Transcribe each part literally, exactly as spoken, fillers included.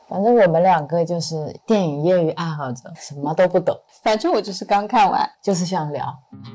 反正我们两个就是电影业余爱好者，什么都不懂， 反正我就是刚看完， 就是想聊。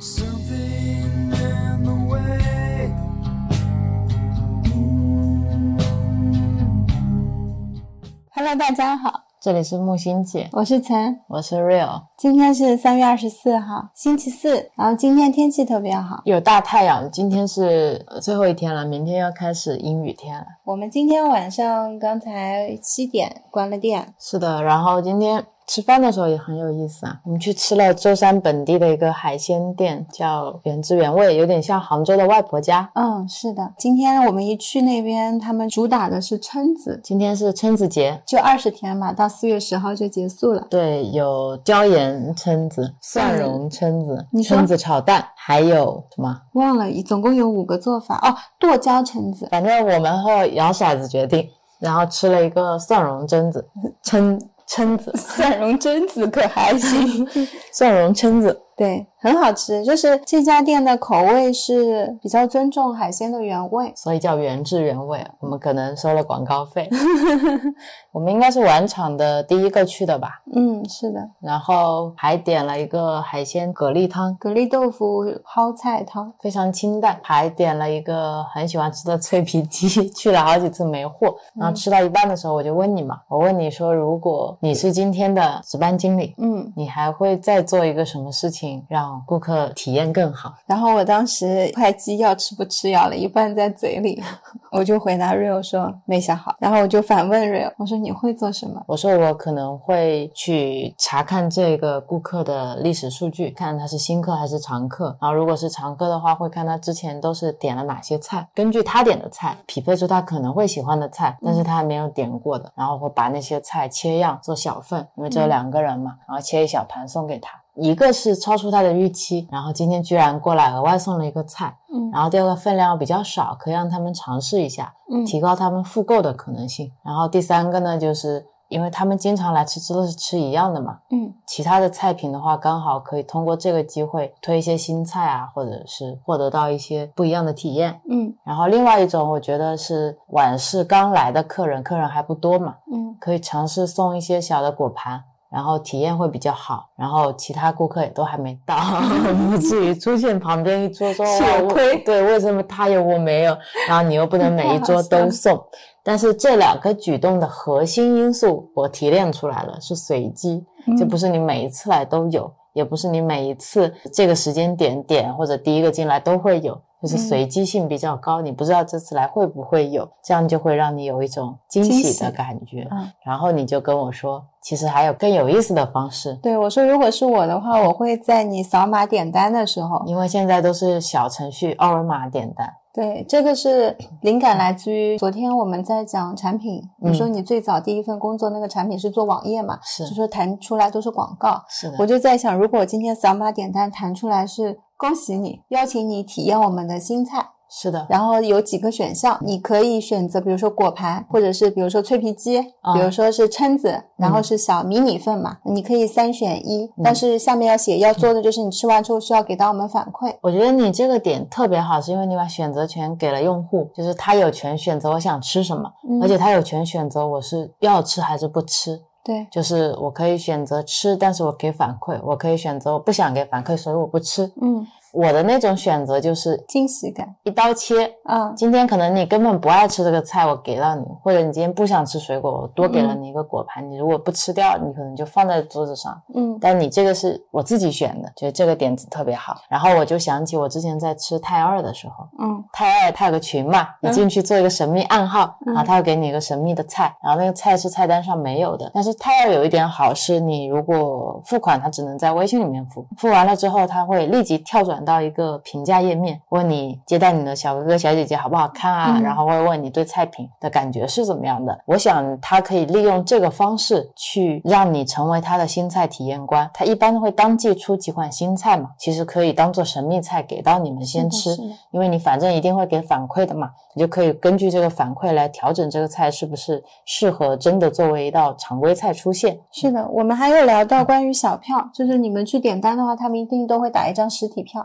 Hello， 大家好， 这里是木星姐， 我是岑， 我是 Real。 今天是三月二十四号，星期四，然后今天天气特别好， 有大太阳。今天是最后一天了，明天要开始阴雨天了。 我们今天晚上刚才七点关了店。 是的，然后今天吃饭的时候也很有意思啊，我们去吃了舟山本地的一个海鲜店，叫原汁原味，有点像杭州的外婆家。 嗯，是的，今天我们一去那边，他们主打的是蛏子， 今天是蛏子节， 就二十天嘛，到四月十号就结束了。 对，有椒盐蛏子、蒜蓉蛏子、 你说蛏子炒蛋，还有什么忘了，总共有五个做法哦，剁椒蛏子。 反正我们后摇骰子决定，然后吃了一个蒜蓉蛏子蛏蛏子蒜蓉蛏子可还行蒜蓉蛏子， 对，很好吃，就是这家店的口味是比较尊重海鲜的原味， 所以叫原汁原味。我们可能收了广告费我们应该是晚场的第一个去的吧。 嗯，是的。 然后还点了一个海鲜蛤蜊汤， 蛤蜊豆腐泡菜汤， 非常清淡。还点了一个很喜欢吃的脆皮鸡，去了好几次没货，然后吃到一半的时候我就问你嘛，我问你说，如果你是今天的值班经理， 嗯， 你还会再做一个什么事情让顾客体验更好？ 然后我当时块鸡要吃不吃，咬了一半在嘴里我就回答 Real 说没想好，然后我就反问 Real， 我说你会做什么？ 我说我可能会去查看这个顾客的历史数据，看他是新客还是常客，然后如果是常客的话，会看他之前都是点了哪些菜，根据他点的菜匹配出他可能会喜欢的菜，但是他还没有点过的，然后会把那些菜切样做小份，因为只有两个人嘛，然后切一小盘送给他。一个是超出他的预期，然后今天居然过来额外送了一个菜，嗯，然后第二个分量比较少，可以让他们尝试一下，嗯，提高他们复购的可能性。然后第三个呢，就是因为他们经常来吃都是吃一样的嘛，嗯，其他的菜品的话刚好可以通过这个机会推一些新菜啊，或者是获得到一些不一样的体验，嗯，然后另外一种我觉得是晚市刚来的客人，客人还不多嘛，嗯，可以尝试送一些小的果盘，然后体验会比较好，然后其他顾客也都还没到不至于出现旁边一桌说血亏， 对，为什么他有我没有，然后你又不能每一桌都送但是这两个举动的核心因素我提炼出来了，是随机，就不是你每一次来都有，也不是你每一次这个时间点点或者第一个进来都会有，就是随机性比较高，嗯，你不知道这次来会不会有，这样就会让你有一种惊喜的感觉，嗯，然后你就跟我说其实还有更有意思的方式。 对，我说如果是我的话，我会在你扫码点单的时候， 因为现在都是小程序二维码点单。 对，这个是灵感来自于昨天我们在讲产品，你说你最早第一份工作那个产品是做网页嘛，是，就说弹出来都是广告，是的，我就在想，如果我今天扫码点单弹出来是恭喜你，邀请你体验我们的新菜，是的，然后有几个选项，你可以选择比如说果盘，或者是比如说脆皮鸡，嗯，比如说是蛏子，然后是小迷你份嘛，嗯，你可以三选一，嗯，但是下面要写要做的就是你吃完之后需要给到我们反馈。 我觉得你这个点特别好，是因为你把选择权给了用户，就是他有权选择我想吃什么，嗯，而且他有权选择我是要吃还是不吃。对，就是我可以选择吃，但是我给反馈，我可以选择我不想给反馈，所以我不吃。嗯，我的那种选择就是惊喜感， 一刀切。嗯，今天可能你根本不爱吃这个菜，我给到你，或者你今天不想吃水果，我多给了你一个果盘，嗯，你如果不吃掉，你可能就放在桌子上。嗯，但你这个是我自己选的，觉得这个点子特别好。然后我就想起我之前在吃泰二的时候，嗯，泰二它有个群嘛，你进去做一个神秘暗号，嗯，然后它会给你一个神秘的菜，然后那个菜是菜单上没有的，但是泰二有一点好是你如果付款，它只能在微信里面付，付完了之后它会立即跳转到一个评价页面，问你接待你的小哥哥小姐姐好不好看啊，嗯，然后会问你对菜品的感觉是怎么样的。我想它可以利用这个方式去让你成为它的新菜体验官，它一般会当季出几款新菜嘛，其实可以当做神秘菜给到你们先吃，因为你反正一定会给反馈的嘛，你就可以根据这个反馈来调整这个菜是不是适合真的作为一道常规菜出现。 是的，我们还有聊到关于小票，就是你们去点单的话，他们一定都会打一张实体票。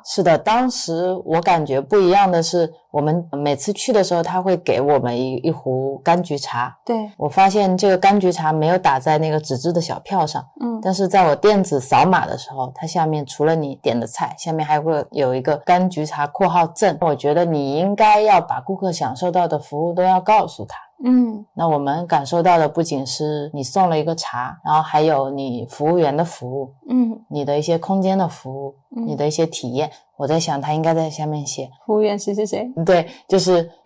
是的，当时我感觉不一样的是，我们每次去的时候他会给我们一一壶柑橘茶。 对， 我发现这个柑橘茶没有打在那个纸质的小票上， 嗯， 但是在我电子扫码的时候，它下面除了你点的菜，下面还会有一个柑橘茶括号赠。我觉得你应该要把顾客享受到的服务都要告诉他。 嗯， 那我们感受到的不仅是你送了一个茶，然后还有你服务员的服务， 嗯， 你的一些空间的服务，嗯，你的一些体验。我在想他应该在下面写服务员谁谁谁， 对，就是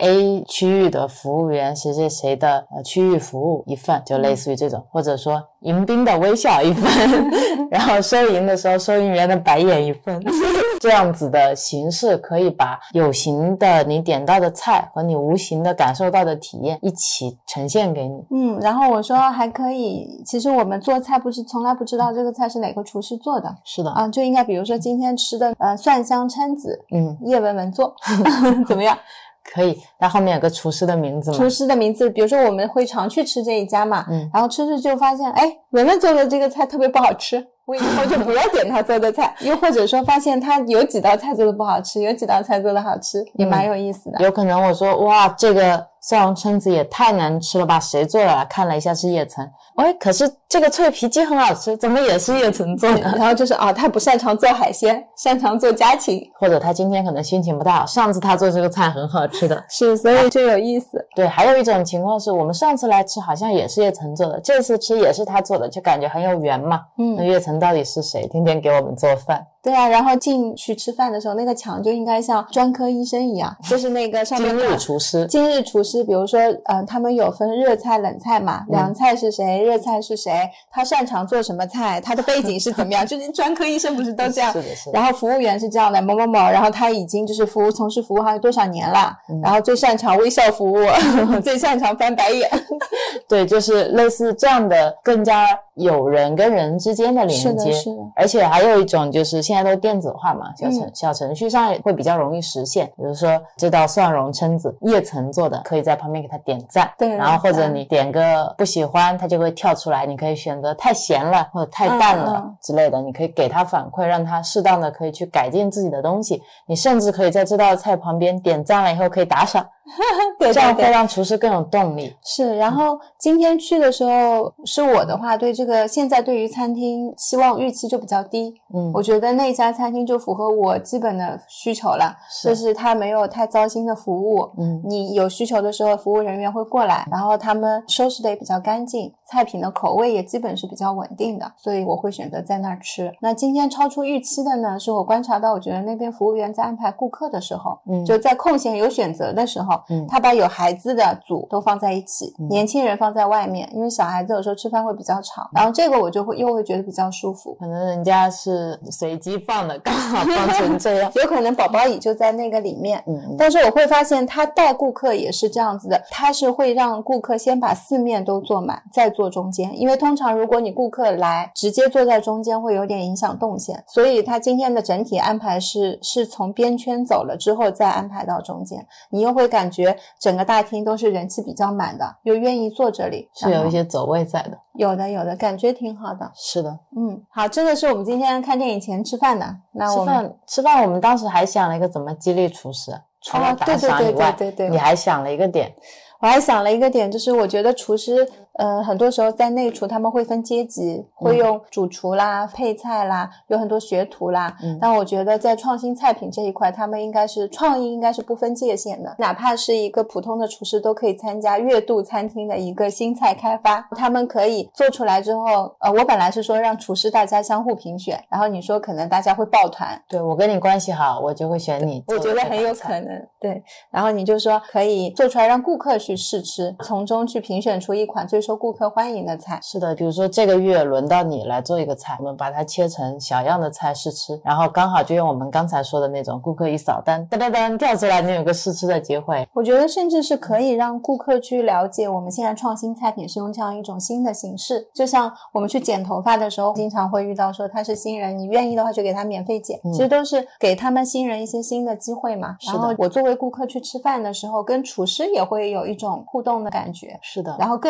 A 区域的服务员谁谁谁的呃区域服务一份，就类似于这种，嗯，或者说迎宾的微笑一份然后收银的时候收银员的白眼一份这样子的形式可以把有形的你点到的菜和你无形的感受到的体验一起呈现给你。 嗯，然后我说还可以，其实我们做菜不是从来不知道这个菜是哪个厨师做的， 是的啊，就应该比如说今天吃的呃蒜香蛏子， 嗯， 叶文文做怎么样？ 可以，它后面有个厨师的名字吗？ 厨师的名字，比如说我们会常去吃这一家嘛， 嗯， 然后吃吃就发现，哎，文文做的这个菜特别不好吃，我以后就不要点他做的菜又或者说发现他有几道菜做的不好吃，有几道菜做的好吃，也蛮有意思的。 嗯，有可能我说哇，这个蒜蓉蛏子也太难吃了吧，谁做的？看了一下是叶岑，哎，可是这个脆皮鸡很好吃，怎么也是叶岑做的？ 然后就是啊，他不擅长做海鲜，擅长做家禽， 或者他今天可能心情不太好，上次他做这个菜很好吃的， 是，所以就有意思。 对，还有一种情况是我们上次来吃好像也是叶岑做的，这次吃也是他做的，就感觉很有缘嘛。 嗯， 那叶岑到底是谁？天天给我们做饭。 对啊，然后进去吃饭的时候，那个墙就应该像专科医生一样，就是那个上面今日厨师， 今日厨师，比如说，呃，他们有分热菜、冷菜嘛，凉菜是谁，热菜是谁，他擅长做什么菜，他的背景是怎么样，就是专科医生不是都这样？ 是的，是的。 然后服务员是这样的，某某某，然后他已经就是服务从事服务行业多少年了，嗯，然后最擅长微笑服务，最擅长翻白眼。 对，就是类似这样的，更加有人跟人之间的连接。是的， 是的。 而且还有一种就是现在都电子化嘛，小程、嗯、小程序上会比较容易实现。比如说这道蒜蓉蛏子叶岑做的，可以在旁边给他点赞。 对， 然后或者你点个不喜欢，它就会跳出来，你可以选择太咸了或者太淡了、嗯嗯、之类的，你可以给他反馈，让他适当的可以去改进自己的东西。你甚至可以在这道菜旁边点赞了以后可以打赏。 对， 这样会让厨师更有动力。 是，然后今天去的时候，是我的话对这个现在对于餐厅期望预期就比较低。嗯，我觉得那家餐厅就符合我基本的需求了，是就是它没有太糟心的服务。嗯，你有需求的时候，服务人员会过来，然后他们收拾的也比较干净，菜品的口味也基本是比较稳定的，所以我会选择在那儿吃。那今天超出预期的呢，是我观察到，我觉得那边服务员在安排顾客的时候，嗯，就在空闲有选择的时候。嗯，他把有孩子的组都放在一起、嗯、年轻人放在外面，因为小孩子有时候吃饭会比较吵，然后这个我就会又会觉得比较舒服。 可能人家是随机放的，刚好放成这样有可能宝宝椅就在那个里面。嗯，但是我会发现他带顾客也是这样子的，他是会让顾客先把四面都坐满，再坐中间，因为通常如果你顾客来直接坐在中间会有点影响动线，所以他今天的整体安排是是从边圈走了之后再安排到中间，你又会感觉整个大厅都是人气比较满的，又愿意坐这里， 是有一些走位在的。 有的有的，感觉挺好的。 是的， 嗯，好，这个是我们今天看电影前吃饭的。那我们吃饭吃饭，我们当时还想了一个怎么激励厨师，除了打赏以外， 哦、对对对对对， 你还想了一个点。 我还想了一个点，就是我觉得厨师呃，很多时候在内厨他们会分阶级，会用主厨啦、嗯、配菜啦，有很多学徒啦、嗯、但我觉得在创新菜品这一块，他们应该是创意应该是不分界限的，哪怕是一个普通的厨师都可以参加月度餐厅的一个新菜开发，他们可以做出来之后呃，我本来是说让厨师大家相互评选，然后你说可能大家会抱团， 对，我跟你关系好，我就会选你， 我觉得很有可能，对，然后你就说可以做出来让顾客去试吃，从中去评选出一款最受顾客欢迎的菜。 是的，比如说这个月轮到你来做一个菜，我们把它切成小样的菜试吃，然后刚好就用我们刚才说的那种顾客一扫单噔噔噔跳出来，你有个试吃的机会。 我觉得甚至是可以让顾客去了解我们现在创新菜品是用这样一种新的形式，就像我们去剪头发的时候经常会遇到说他是新人，你愿意的话就给他免费剪、嗯、其实都是给他们新人一些新的机会嘛。然后我作为顾客去吃饭的时候跟厨师也会有一种互动的感觉， 是的， 然后更了解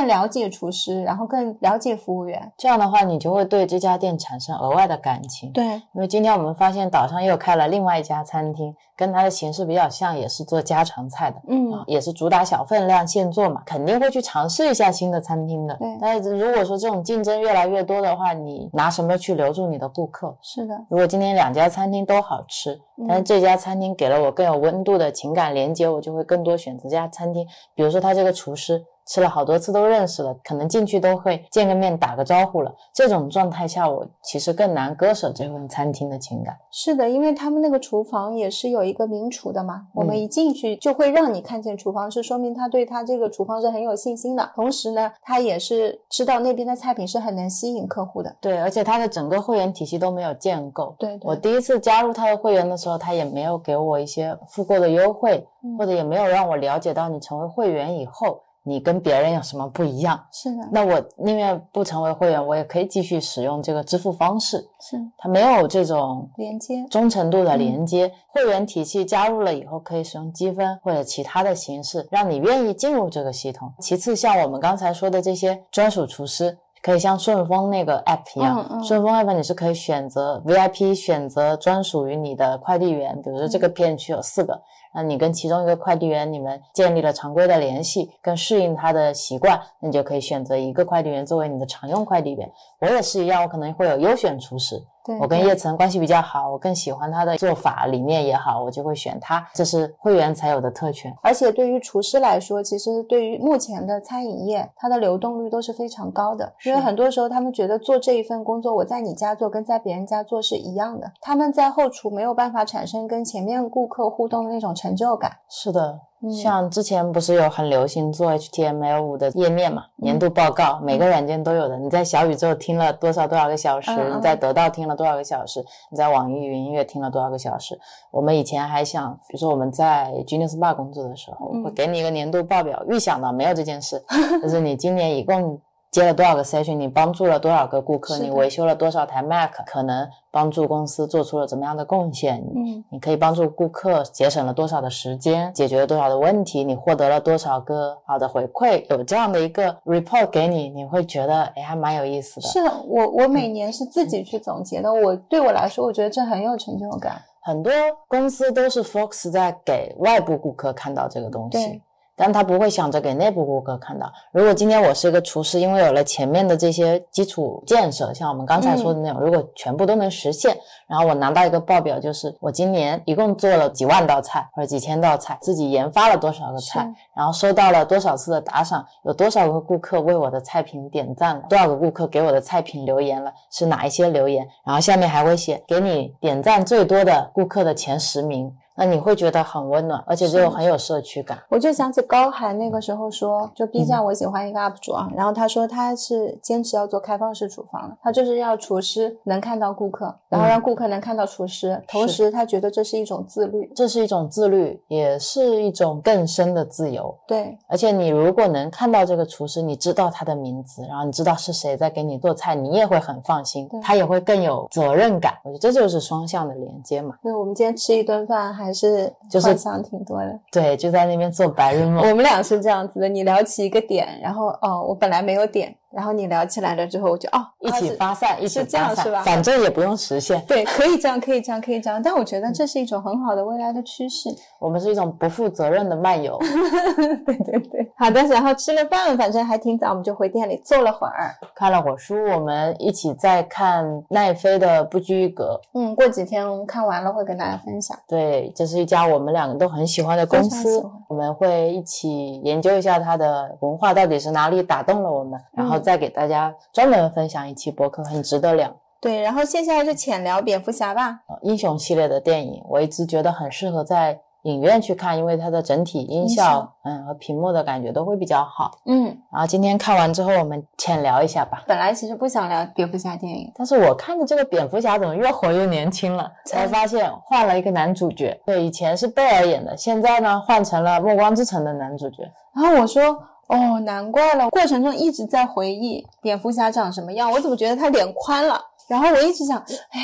解厨师，然后更了解服务员。 这样的话你就会对这家店产生额外的感情。 对， 因为今天我们发现岛上又开了另外一家餐厅，跟它的形式比较像，也是做家常菜的， 嗯、 啊，也是主打小分量现做嘛，肯定会去尝试一下新的餐厅的。 对， 但是如果说这种竞争越来越多的话，你拿什么去留住你的顾客？ 是的， 如果今天两家餐厅都好吃，但是这家餐厅给了我更有温度的情感连接，我就会更多选择这家餐厅。比如说他这个厨师吃了好多次都认识了，可能进去都会见个面打个招呼了，这种状态下我其实更难割舍这份餐厅的情感。 是的，因为他们那个厨房也是有一个名厨的嘛、嗯、我们一进去就会让你看见厨房，是说明他对他这个厨房是很有信心的，同时呢他也是知道那边的菜品是很能吸引客户的。 对，而且他的整个会员体系都没有建构。 对对， 我第一次加入他的会员的时候，他也没有给我一些付过的优惠、嗯、或者也没有让我了解到你成为会员以后你跟别人有什么不一样。 是的， 那我宁愿不成为会员，我也可以继续使用这个支付方式。 是， 它没有这种连接忠诚度的连接、嗯、会员体系加入了以后可以使用积分或者其他的形式让你愿意进入这个系统。其次像我们刚才说的这些专属厨师，可以像顺丰那个 app 一样、嗯嗯、顺丰 app 你是可以选择 V I P 选择专属于你的快递员，比如说这个片区有四个、嗯，那你跟其中一个快递员你们建立了常规的联系，更适应他的习惯，那你就可以选择一个快递员作为你的常用快递员。我也是一样，我可能会有优选厨师，我跟叶岑关系比较好，我更喜欢他的做法理念也好，我就会选他，这是会员才有的特权。 而且对于厨师来说，其实对于目前的餐饮业，它的流动率都是非常高的，因为很多时候他们觉得做这一份工作，我在你家做跟在别人家做是一样的，他们在后厨没有办法产生跟前面顾客互动的那种成就感。 是的，像之前不是有很流行做 H T M L 五 的页面嘛，年度报告、嗯、每个软件都有的，你在小宇宙听了多少多少个小时、嗯、你在得到听了多少个小时，你在网易云音乐听了多少个小时。我们以前还想，比如说我们在 Genius Bar 工作的时候、嗯、会给你一个年度报表，预想到没有这件事就是你今年一共接了多少个 session， 你帮助了多少个顾客，你维修了多少台 Mac， 可能帮助公司做出了怎么样的贡献，嗯，你可以帮助顾客节省了多少的时间，解决了多少的问题，你获得了多少个好的回馈，有这样的一个 report 给你，你会觉得诶还蛮有意思的。 是我我每年是自己去总结的、嗯、我对我来说我觉得这很有成就感。 很多公司都是 focus 在给外部顾客看到这个东西， 对， 但他不会想着给内部顾客看到。如果今天我是一个厨师，因为有了前面的这些基础建设，像我们刚才说的那种、嗯、如果全部都能实现，然后我拿到一个报表，就是我今年一共做了几万道菜或者几千道菜，自己研发了多少个菜，然后收到了多少次的打赏，有多少个顾客为我的菜品点赞了，多少个顾客给我的菜品留言了，是哪一些留言，然后下面还会写给你点赞最多的顾客的前十名，那你会觉得很温暖，而且就很有社区感。 我就想起高寒那个时候说，就 B 站我喜欢一个 U P 主啊、嗯、然后他说他是坚持要做开放式厨房的，他就是要厨师能看到顾客，然后让顾客能看到厨师、嗯、同时他觉得这是一种自律， 这是一种自律，也是一种更深的自由。 对， 而且你如果能看到这个厨师，你知道他的名字，然后你知道是谁在给你做菜，你也会很放心，他也会更有责任感。我觉得这就是双向的连接嘛。 对，我们今天吃一顿饭还是幻想挺多的、就是、 对，就在那边做白日梦。 我们俩是这样子的，你聊起一个点，然后哦，我本来没有点，然后你聊起来了之后我就哦一起发散、啊、一起发散， 是这样是吧？ 反正也不用实现。 对，可以这样可以这样可以这样，但我觉得这是一种很好的未来的趋势。 我们是一种不负责任的漫游。 对对对，好的。然后吃了饭反正还挺早，我们就回店里坐了会儿， 看了会儿书，我们一起在看奈飞的不拘一格。 嗯，过几天我们看完了会跟大家分享。 对，这是一家我们两个都很喜欢的公司，我们会一起研究一下它的文化到底是哪里打动了我们、嗯、然后再给大家专门分享一期播客，很值得聊。 对，然后接下来就浅聊蝙蝠侠吧。 英雄系列的电影我一直觉得很适合在影院去看，因为它的整体音效嗯和屏幕的感觉都会比较好。 嗯， 然后今天看完之后我们浅聊一下吧。 本来其实不想聊蝙蝠侠电影， 但是我看着这个蝙蝠侠怎么越活越年轻了，才发现换了一个男主角。对，以前是贝尔演的，现在呢换成了暮光之城的男主角。 然后我说哦，难怪了，过程中一直在回忆蝙蝠侠长什么样，我怎么觉得他脸宽了，然后我一直想哎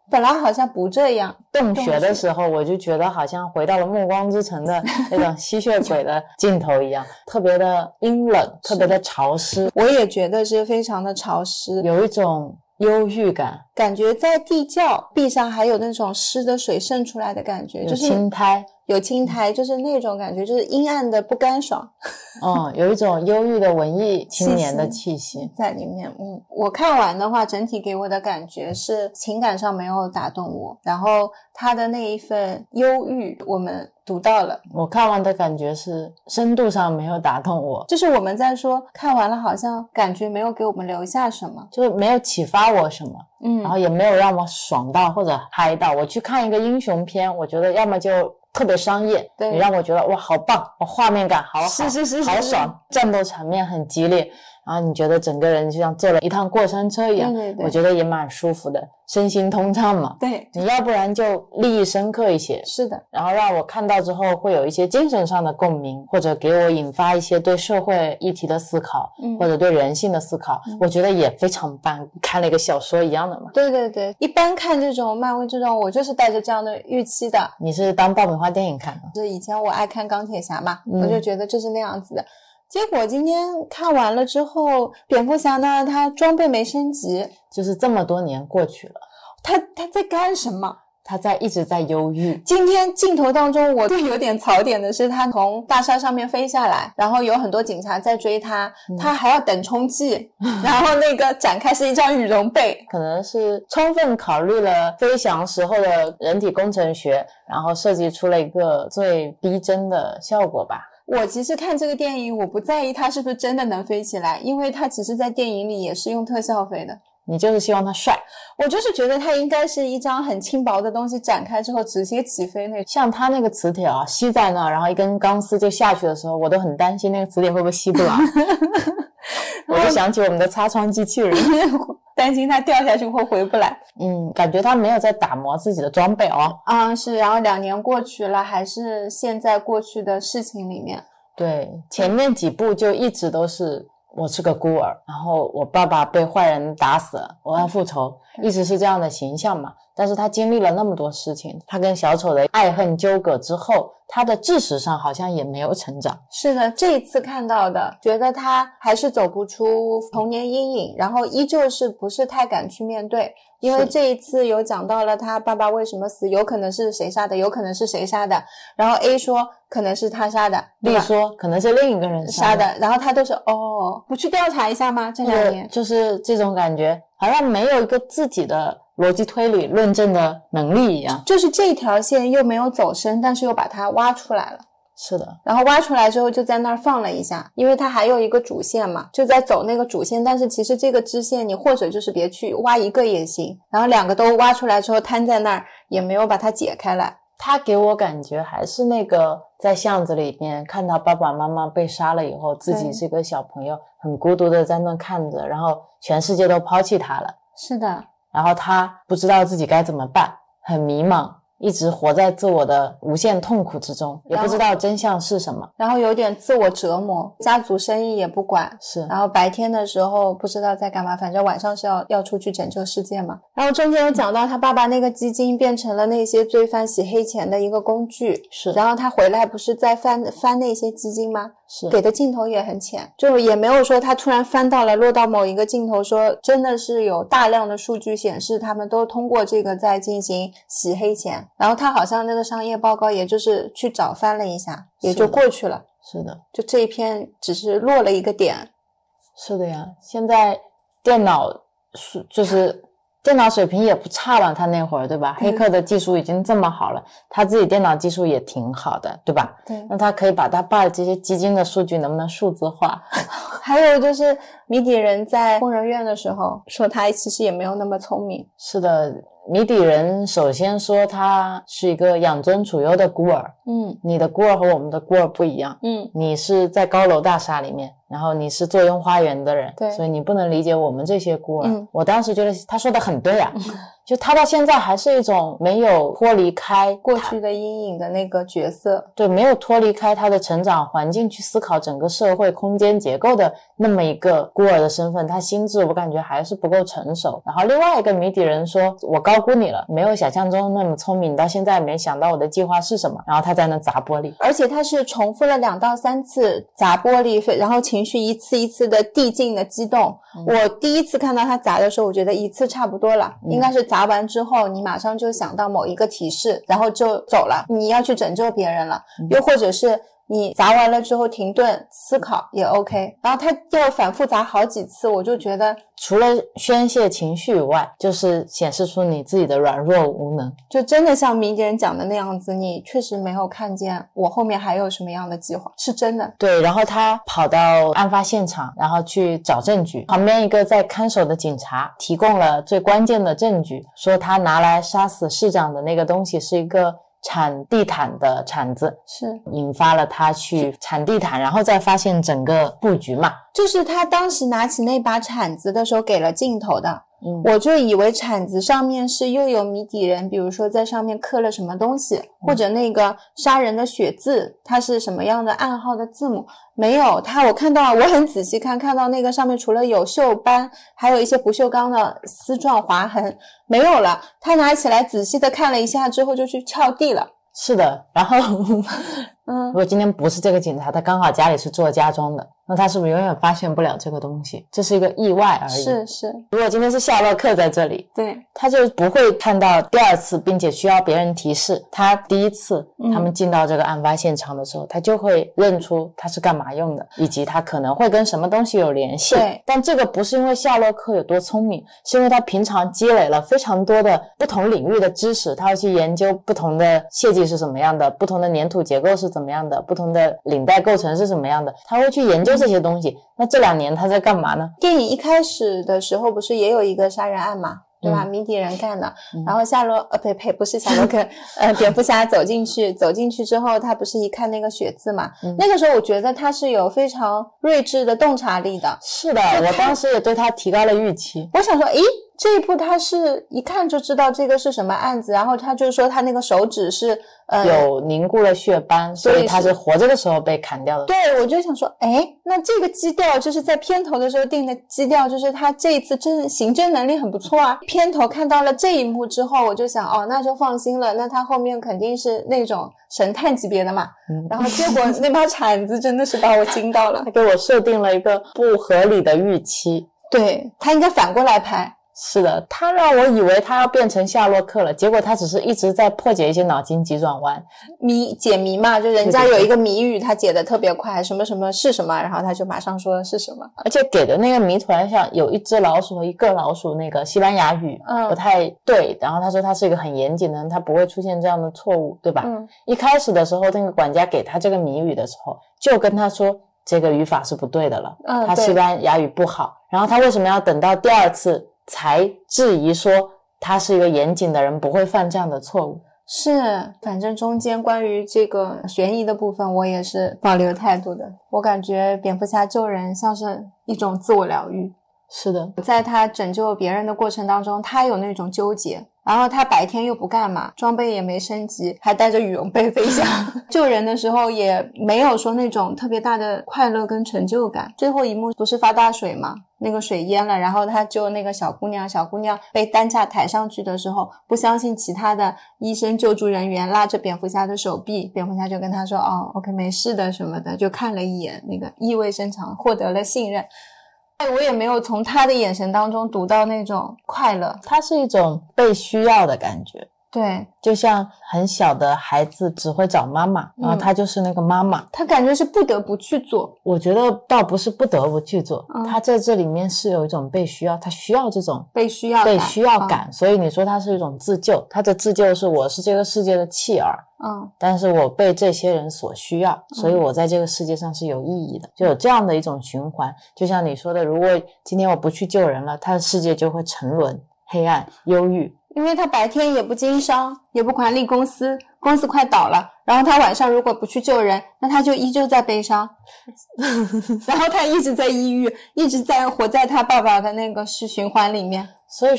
本来好像不这样。 洞穴的时候我就觉得好像回到了暮光之城的那种吸血鬼的镜头一样特别的阴冷，特别的潮湿。 我也觉得是非常的潮湿， 有一种忧郁感， 感觉在地窖壁上还有那种湿的水渗出来的感觉，就是有青苔， 有青苔，就是那种感觉，就是阴暗的不干爽。 嗯，有一种忧郁的文艺青年的气息在里面。嗯，我看完的话，整体给我的感觉是情感上没有打动我，然后他的那一份忧郁我们读到了。 我看完的感觉是深度上没有打动我， 就是我们在说看完了好像感觉没有给我们留下什么， 就是没有启发我什么。 嗯， 然后也没有让我爽到或者嗨到。我去看一个英雄片，我觉得要么就特别商业， 对， 你让我觉得哇好棒，画面感好好， 是是是是好爽，战斗场面很激烈，然后你觉得整个人就像坐了一趟过山车一样， 对对对， 我觉得也蛮舒服的，身心通畅嘛。 对， 你要不然就立意深刻一些， 是的， 然后让我看到之后会有一些精神上的共鸣，或者给我引发一些对社会议题的思考， 嗯， 或者对人性的思考，嗯，我觉得也非常棒，看了一个小说一样的嘛。 对对对，一般看这种漫威这种我就是带着这样的预期的。 你是当爆米花电影看的？ 就是以前我爱看钢铁侠嘛， 嗯， 我就觉得就是那样子的。结果今天看完了之后，蝙蝠侠呢他装备没升级， 就是这么多年过去了， 他他在干什么？ 他在一直在忧郁。 今天镜头当中我最有点槽点的是他从大厦上面飞下来，然后有很多警察在追他，嗯，他还要等冲剂然后那个展开是一张羽绒被可能是充分考虑了飞翔时候的人体工程学，然后设计出了一个最逼真的效果吧。 我其实看这个电影我不在意它是不是真的能飞起来，因为它其实在电影里也是用特效飞的。 你就是希望它帅？ 我就是觉得它应该是一张很轻薄的东西展开之后直接起飞那种。 像它那个磁铁啊吸在那，然后一根钢丝就下去的时候，我都很担心那个磁铁会不会吸不来我就想起我们的擦窗机器人担心它掉下去会回不来。 嗯，感觉他没有在打磨自己的装备哦。 啊，是，然后两年过去了，还是现在过去的事情里面。 对，前面几部就一直都是我是个孤儿，然后我爸爸被坏人打死了，我要复仇，一直是这样的形象嘛。但是他经历了那么多事情，他跟小丑的爱恨纠葛之后，他的知识上好像也没有成长。 是的，这一次看到的，觉得他还是走不出童年阴影，然后依旧是不是太敢去面对。因为这一次有讲到了他爸爸为什么死，有可能是谁杀的，有可能是谁杀的，然后 A 说可能是他杀的 ，B 说可能是另一个人杀的，然后他都是哦，不去调查一下吗？这两年就是这种感觉，好像没有一个自己的逻辑推理论证的能力一样， 就是这条线又没有走深，但是又把它挖出来了。 是的， 然后挖出来之后就在那儿放了一下，因为它还有一个主线嘛，就在走那个主线，但是其实这个支线你或者就是别去挖一个也行，然后两个都挖出来之后摊在那儿，也没有把它解开来。 他给我感觉还是那个在巷子里面看到爸爸妈妈被杀了以后，自己是个小朋友很孤独的在那看着，然后全世界都抛弃他了。 是的， 然后他不知道自己该怎么办，很迷茫，一直活在自我的无限痛苦之中，也不知道真相是什么， 然后有点自我折磨，家族生意也不管， 是， 然后白天的时候不知道在干嘛，反正晚上是要要出去拯救世界嘛。然后中间有讲到他爸爸那个基金变成了那些罪犯洗黑钱的一个工具， 是， 然后他回来不是在翻翻那些基金吗？ 是， 给的镜头也很浅，就也没有说他突然翻到了落到某一个镜头说真的是有大量的数据显示他们都通过这个在进行洗黑钱，然后他好像那个商业报告也就是去找翻了一下也就过去了。 是的， 就这一篇只是落了一个点。 是的呀，现在电脑就是电脑水平也不差了，他那会儿对吧，黑客的技术已经这么好了，他自己电脑技术也挺好的对吧， 对， 那他可以把他爸的这些基金的数据能不能数字化还有就是谜底人在疯人院的时候说他其实也没有那么聪明。 是的，谜底人首先说他是一个养尊处优的孤儿， 嗯， 你的孤儿和我们的孤儿不一样， 嗯， 你是在高楼大厦里面，然后你是坐拥花园的人， 对， 所以你不能理解我们这些孤儿。 嗯， 我当时觉得他说的很对啊， 就他到现在还是一种没有脱离开过去的阴影的那个角色， 对，没有脱离开他的成长环境去思考整个社会空间结构的那么一个孤儿的身份，他心智我感觉还是不够成熟。然后另外一个谜底人说我高估你了，没有想象中那么聪明，到现在没想到我的计划是什么，然后他在那砸玻璃， 而且他是重复了两到三次砸玻璃，然后情绪一次一次的递进的激动、嗯、我第一次看到他砸的时候我觉得一次差不多了、嗯、应该是砸完之后你马上就想到某一个提示然后就走了，你要去拯救别人了、嗯、又或者是你砸完了之后停顿思考也 OK， 然后他要反复砸好几次，我就觉得除了宣泄情绪以外就是显示出你自己的软弱无能， 就真的像谜底人讲的那样子，你确实没有看见我后面还有什么样的计划，是真的。 对，然后他跑到案发现场然后去找证据，旁边一个在看守的警察提供了最关键的证据，说他拿来杀死市长的那个东西是一个铲地毯的铲子， 是引发了他去铲地毯，然后再发现整个布局嘛。 就是他当时拿起那把铲子的时候给了镜头的，嗯，我就以为铲子上面是又有谜底人，比如说在上面刻了什么东西、嗯、或者那个杀人的血字它是什么样的暗号的字母，没有，他我看到我很仔细看看到那个上面除了有锈斑还有一些不锈钢的丝状划痕没有了，他拿起来仔细的看了一下之后就去撬地了。 是的，然后嗯，如果今天不是这个警察他刚好家里是做家装的，那他是不是永远发现不了这个东西，这是一个意外而已。 是是， 如果今天是夏洛克在这里， 对， 他就不会看到第二次并且需要别人提示，他第一次他们进到这个案发现场的时候、嗯、他就会认出他是干嘛用的，以及他可能会跟什么东西有联系。 对， 但这个不是因为夏洛克有多聪明，是因为他平常积累了非常多的不同领域的知识，他要去研究不同的设计是什么样的，不同的粘土结构是怎么样的，不同的领带构成是什么样的，他会去研究这些东西。那这两年他在干嘛呢？ 电影一开始的时候不是也有一个杀人案嘛，对吧、嗯、谜底人干的、嗯、然后夏洛呃呸呸不是夏洛克呃蝙蝠侠走进去走进去之后他不是一看那个血字嘛、嗯、那个时候我觉得他是有非常睿智的洞察力的。 是的，我当时也对他提高了预期。 我想说诶这一步他是一看就知道这个是什么案子，然后他就说他那个手指是呃有凝固了血斑，所以他是活着的时候被砍掉的。 对，我就想说诶那这个基调就是在片头的时候定的基调，就是他这一次真刑侦能力很不错啊。片头看到了这一幕之后我就想哦那就放心了，那他后面肯定是那种神探级别的嘛、嗯、然后结果那把铲子真的是把我惊到了他给我设定了一个不合理的预期。 对，他应该反过来拍。 是的，他让我以为他要变成夏洛克了，结果他只是一直在破解一些脑筋急转弯， 谜解谜嘛，就人家有一个谜语他解得特别快，什么什么是什么，然后他就马上说是什么。 而且给的那个谜突然像有一只老鼠和一个老鼠，那个西班牙语不太对、嗯、然后他说他是一个很严谨的人，他不会出现这样的错误，对吧、嗯、一开始的时候那个管家给他这个谜语的时候就跟他说这个语法是不对的了、嗯、他西班牙语不好，然后他为什么要等到第二次才质疑说他是一个严谨的人不会犯这样的错误。 是，反正中间关于这个悬疑的部分我也是保留态度的，我感觉蝙蝠侠救人像是一种自我疗愈。 是的， 在他拯救别人的过程当中他有那种纠结，然后他白天又不干嘛，装备也没升级，还带着羽绒被飞翔救人的时候也没有说那种特别大的快乐跟成就感。最后一幕不是发大水吗，那个水淹了，然后他救那个小姑娘，小姑娘被担架抬上去的时候不相信其他的医生救助人员拉着蝙蝠侠的手臂，蝙蝠侠就跟他说哦 OK 没事的什么的，就看了一眼，那个意味深长，获得了信任。我也没有从他的眼神当中读到那种快乐， 他是一种被需要的感觉。 对， 就像很小的孩子只会找妈妈、嗯、然后他就是那个妈妈， 他感觉是不得不去做。 我觉得倒不是不得不去做、嗯、他在这里面是有一种被需要，他需要这种被需要感被需要感、嗯、所以你说他是一种自救，他的自救是我是这个世界的弃儿，嗯，但是我被这些人所需要，所以我在这个世界上是有意义的、嗯、就有这样的一种循环。就像你说的，如果今天我不去救人了，他的世界就会沉沦黑暗忧郁， 因为他白天也不经商也不管理公司，公司快倒了，然后他晚上如果不去救人，那他就依旧在悲伤然后他一直在抑郁，一直在活在他爸爸的那个是循环里面。 所以说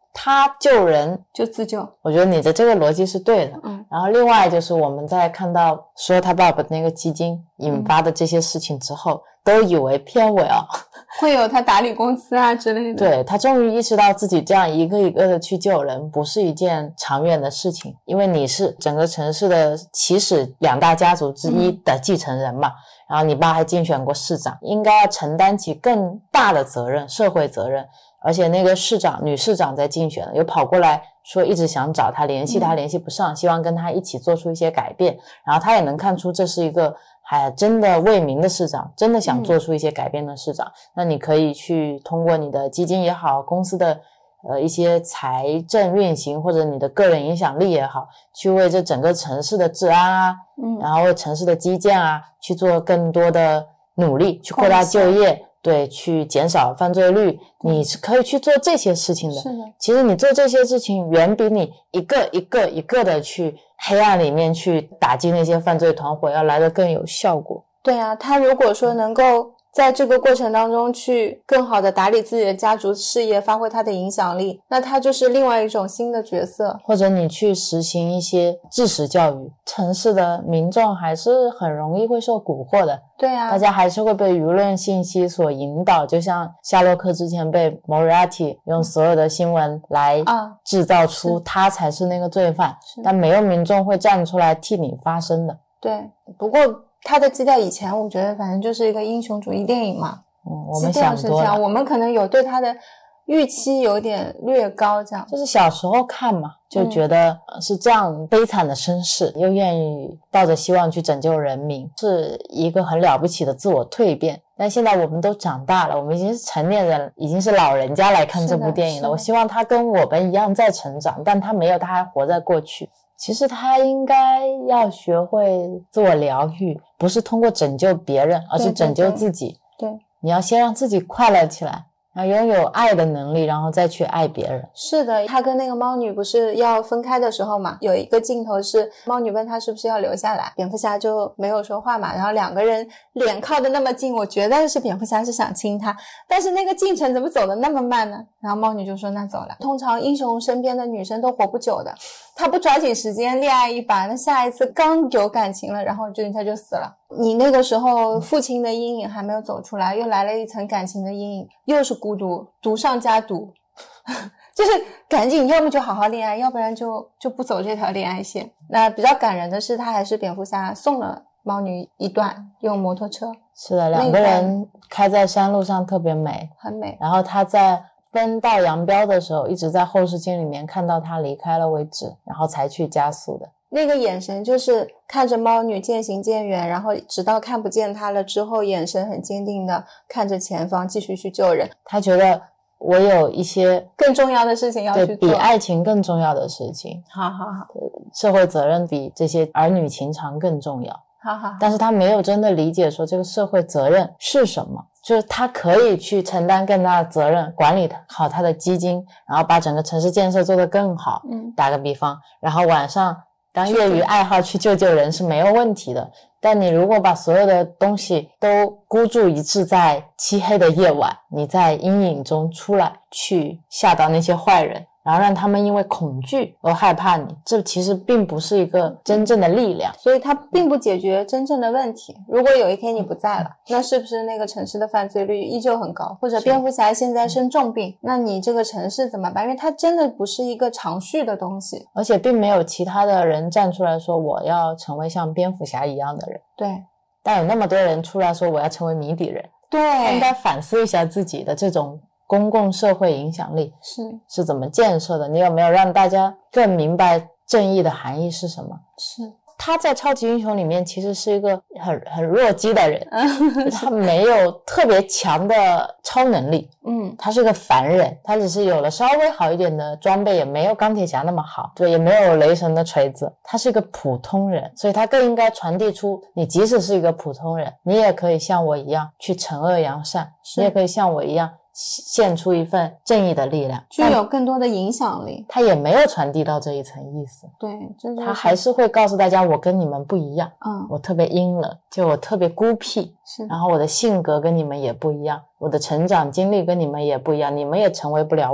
他救人就自救， 我觉得你的这个逻辑是对的。 嗯， 然后另外就是我们在看到说他爸爸那个基金引发的这些事情之后，嗯、都以为片尾啊会有他打理公司啊之类的。 对，他终于意识到自己这样一个一个的去救人不是一件长远的事情，因为你是整个城市的起始两大家族之一的继承人嘛。嗯，然后你爸还竞选过市长，应该要承担起更大的责任，社会责任。而且那个市长女市长在竞选有跑过来说一直想找他联系他联系不上，希望跟他一起做出一些改变。然后他也能看出这是一个还真的为民的市长，真的想做出一些改变的市长。嗯、那你可以去通过你的基金也好，公司的呃一些财政运行，或者你的个人影响力也好，去为这整个城市的治安啊，嗯，然后为城市的基建啊去做更多的努力，去扩大就业。对，去减少犯罪率，你是可以去做这些事情的。 是的， 其实你做这些事情远比你一个一个一个的去黑暗里面去打击那些犯罪团伙要来得更有效果。 对啊，他如果说能够在这个过程当中去更好的打理自己的家族事业，发挥他的影响力，那他就是另外一种新的角色。 或者你去实行一些知识教育，城市的民众还是很容易会受蛊惑的。 对啊， 大家还是会被舆论信息所引导，就像夏洛克之前被 Moriarty 用所有的新闻来制造出他才是那个罪犯，但没有民众会站出来替你发声的。 对，不过他的基调以前我觉得反正就是一个英雄主义电影嘛， 嗯，我们想多了， 我们可能有对他的预期有点略高，这样就是小时候看嘛，就觉得是这样悲惨的身世，嗯、又愿意抱着希望去拯救人民，是一个很了不起的自我蜕变。但现在我们都长大了，我们已经是成年人，已经是老人家来看这部电影了。我希望他跟我们一样在成长，但他没有，他还活在过去。其实他应该要学会自我疗愈，不是通过拯救别人，而是拯救自己。 对，对，对， 你要先让自己快乐起来，然后拥有爱的能力，然后再去爱别人。 是的，他跟那个猫女不是要分开的时候嘛，有一个镜头是猫女问他是不是要留下来，蝙蝠侠就没有说话嘛，然后两个人脸靠得那么近，我觉得是蝙蝠侠是想亲他，但是那个进程怎么走得那么慢呢？然后猫女就说那走了。通常英雄身边的女生都活不久的，他不抓紧时间恋爱一把，那下一次刚有感情了，然后就他就死了。你那个时候父亲的阴影还没有走出来，又来了一层感情的阴影，又是孤独，毒上加毒就是赶紧要么就好好恋爱，要不然就就不走这条恋爱线。那比较感人的是他还是蝙蝠侠送了猫女一段，用摩托车。 是的，两个人开在山路上特别美， 很美。 然后他在分道扬镳的时候一直在后视镜里面看到他离开了为止，然后才去加速的。 那个眼神就是看着猫女渐行渐远，然后直到看不见她了之后，眼神很坚定的看着前方继续去救人。 他觉得我有一些更重要的事情要去做， 对，比爱情更重要的事情。 好好好， 社会责任比这些儿女情长更重要。 好好好， 但是他没有真的理解说这个社会责任是什么，就是他可以去承担更大的责任，管理好他的基金，然后把整个城市建设做得更好。嗯，打个比方，然后晚上当业余爱好去救救人是没有问题的，但你如果把所有的东西都孤注一掷在漆黑的夜晚，你在阴影中出来去吓到那些坏人，然后让他们因为恐惧而害怕你，这其实并不是一个真正的力量， 所以它并不解决真正的问题。如果有一天你不在了，那是不是那个城市的犯罪率依旧很高？或者蝙蝠侠现在生重病，那你这个城市怎么办？因为它真的不是一个长续的东西， 而且并没有其他的人站出来说我要成为像蝙蝠侠一样的人。 对， 但有那么多人出来说我要成为谜底人， 对， 应该反思一下自己的这种公共社会影响力是是怎么建设的，你有没有让大家更明白正义的含义是什么？ 是他在超级英雄里面其实是一个很很弱鸡的人他没有特别强的超能力，嗯，他是个凡人，他只是有了稍微好一点的装备，也没有钢铁侠那么好，对，也没有雷神的锤子，他是一个普通人，所以他更应该传递出你即使是一个普通人，你也可以像我一样去惩恶扬善，你也可以像我一样献出一份正义的力量， 具有更多的影响力。 他也没有传递到这一层意思， 对，真的他还是会告诉大家我跟你们不一样， 嗯， 我特别阴冷，就我特别孤僻， 是， 然后我的性格跟你们也不一样，我的成长经历跟你们也不一样，你们也成为不了我，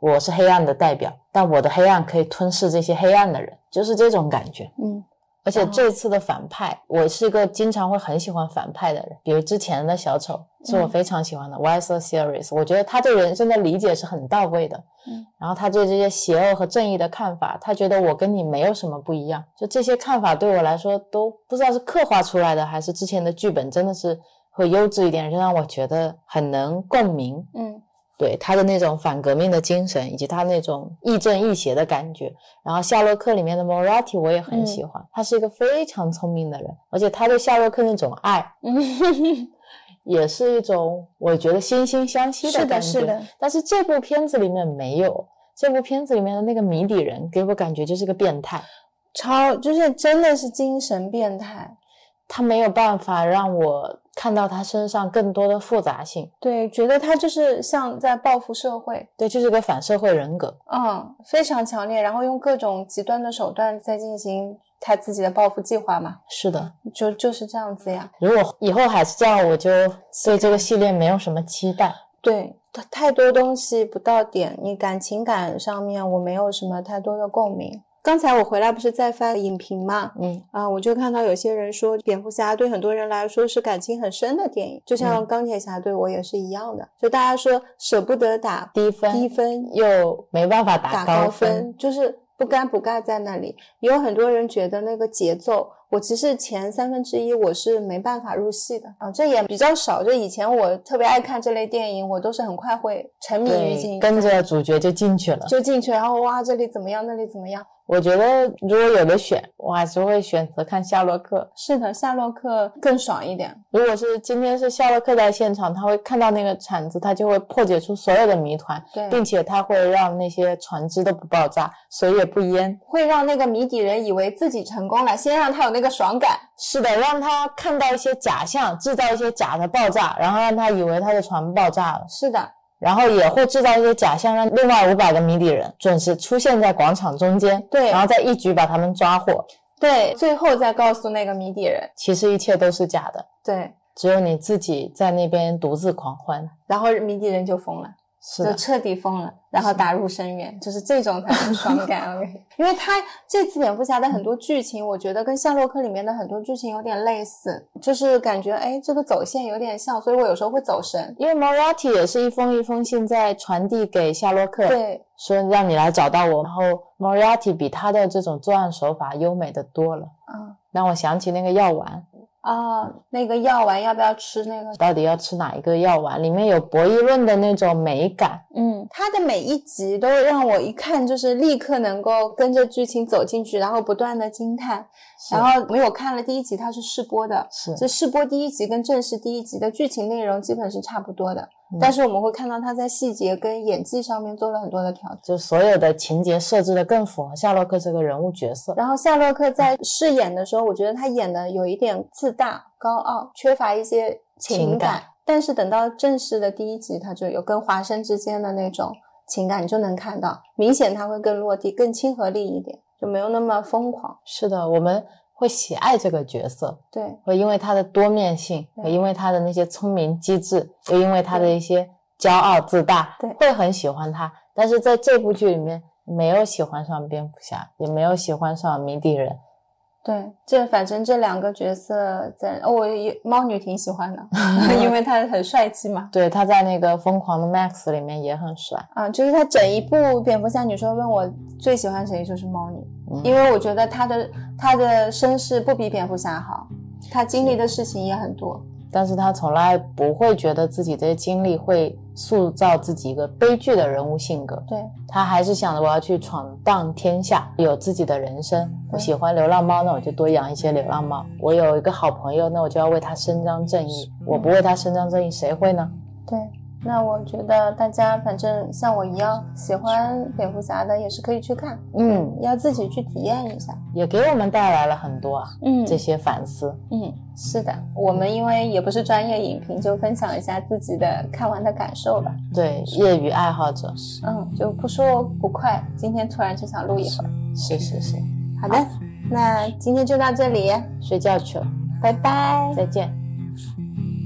我是黑暗的代表，但我的黑暗可以吞噬这些黑暗的人，就是这种感觉。 嗯， 而且这次的反派，我是一个经常会很喜欢反派的人，比如之前的小丑是我非常喜欢的、嗯、Why So Serious， 我觉得他对人生的理解是很到位的。 嗯， 然后他对这些邪恶和正义的看法，他觉得我跟你没有什么不一样，就这些看法对我来说都不知道是刻画出来的，还是之前的剧本真的是会优质一点，就让我觉得很能共鸣。 嗯， 对他的那种反革命的精神，以及他那种亦正亦邪的感觉。然后夏洛克里面的 Moriarty 我也很喜欢、嗯、他是一个非常聪明的人，而且他对夏洛克那种爱也是一种我觉得惺惺相惜的感觉。 是的，是的。 但是这部片子里面没有，这部片子里面的那个谜底人给我感觉就是个变态， 超就是真的是精神变态， 他没有办法让我看到他身上更多的复杂性。 对，觉得他就是像在报复社会。 对，就是个反社会人格。 嗯，非常强烈，然后用各种极端的手段在进行他自己的报复计划嘛。 是的， 就就是这样子呀。 如果以后还是这样，我就对这个系列没有什么期待。 对，太多东西不到点，你感情感上面我没有什么太多的共鸣。刚才我回来不是在发影评嘛， 嗯啊，我就看到有些人说蝙蝠侠对很多人来说是感情很深的电影，就像钢铁侠对我也是一样的、嗯、就大家说舍不得打低分低分又没办法打高分， 打高分就是不干不尬在那里。有很多人觉得那个节奏，我其实前三分之一我是没办法入戏的啊，这也比较少。就以前我特别爱看这类电影，我都是很快会沉迷于进， 跟着主角就进去了， 就进去，然后哇这里怎么样那里怎么样。 我觉得如果有的选，我还是会选择看夏洛克。 是的，夏洛克更爽一点。 如果是今天是夏洛克在现场，他会看到那个铲子，他就会破解出所有的谜团， 对， 并且他会让那些船只都不爆炸，水也不淹， 会让那个谜底人以为自己成功了，先让他有那个爽感。 是的，让他看到一些假象，制造一些假的爆炸，然后让他以为他的船爆炸了。 是的， 然后也会制造一些假象，让另外五百个谜底人准时出现在广场中间， 对， 然后再一举把他们抓获， 对，最后再告诉那个谜底人其实一切都是假的， 对， 只有你自己在那边独自狂欢， 然后谜底人就疯了， 是的， 就彻底疯了，然后打入深渊，就是这种才是爽感因为他这次蝙蝠侠的很多剧情、嗯、我觉得跟夏洛克里面的很多剧情有点类似，就是感觉哎，这个走线有点像，所以我有时候会走神。 因为 Moriarty 也是一封一封信在传递给夏洛克， 对， 说让你来找到我，然后 Moriarty 比他的这种作案手法优美的多了， 嗯， 让我想起那个药丸啊，那个药丸要不要吃那个？ 到底要吃哪一个药丸？里面有博弈论的那种美感。 嗯，它的每一集都让我一看就是立刻能够跟着剧情走进去，然后不断的惊叹。然后没有看了第一集，它是试播的， 是这试播第一集跟正式第一集的剧情内容基本是差不多的、嗯、但是我们会看到它在细节跟演技上面做了很多的调整， 就所有的情节设置的更符合夏洛克这个人物角色。 然后夏洛克在饰演的时候，我觉得他演的有一点自大高傲，缺乏一些情感, 情感但是等到正式的第一集，他就有跟华生之间的那种情感，你就能看到明显他会更落地更亲和力一点，就没有那么疯狂。 是的，我们会喜爱这个角色， 对， 会因为他的多面性，会因为他的那些聪明机智，会因为他的一些骄傲自大， 对， 会很喜欢他。但是在这部剧里面没有喜欢上蝙蝠侠，也没有喜欢上谜底人。 对，这反正这两个角色在、哦、我猫女挺喜欢的因为他很帅气嘛。 对，他在那个疯狂的 Max 里面也很帅啊，就是他整一部蝙蝠侠，女生问我最喜欢谁，就是猫女、嗯、因为我觉得他的他的身世不比蝙蝠侠好，他经历的事情也很多， 但是他从来不会觉得自己这些经历会塑造自己一个悲剧的人物性格。 对， 他还是想着我要去闯荡天下，有自己的人生。我喜欢流浪猫，那我就多养一些流浪猫。我有一个好朋友，那我就要为他伸张正义。我不为他伸张正义，谁会呢？ 对，那我觉得大家反正像我一样喜欢蝙蝠侠的也是可以去看， 嗯， 要自己去体验一下， 也给我们带来了很多啊， 嗯， 这些反思。 嗯，是的，我们因为也不是专业影评，就分享一下自己的看完的感受吧。 对，业余爱好者， 嗯，就不说不快，今天突然就想录一会儿。 是是是， 好的，那今天就到这里， 睡觉去了， 拜拜， 再见。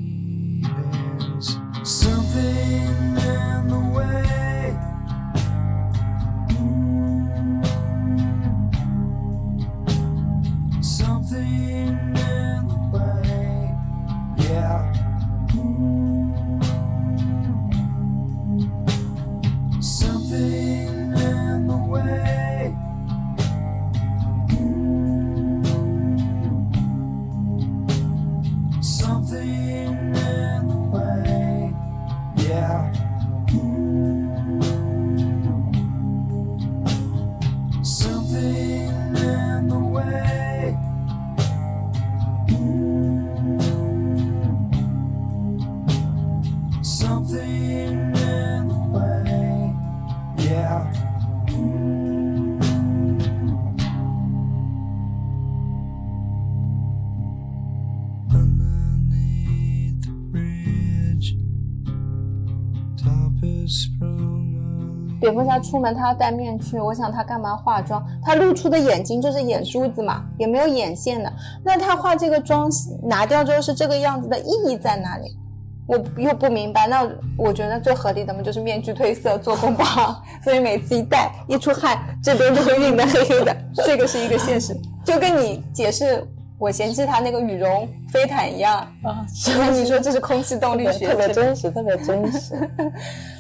Something in the way 蝙蝠侠出门他要戴面具，我想他干嘛化妆？他露出的眼睛就是眼珠子嘛，也没有眼线的。那他化这个妆拿掉之后是这个样子的意义在哪里？我又不明白。那我觉得最合理的嘛就是面具褪色做工不好，所以每次一戴一出汗这边就会晕得黑黑的，这个是一个现实。就跟你解释我嫌弃他那个羽绒飞毯一样啊，那你说这是空气动力学， 特别真实，特别真实。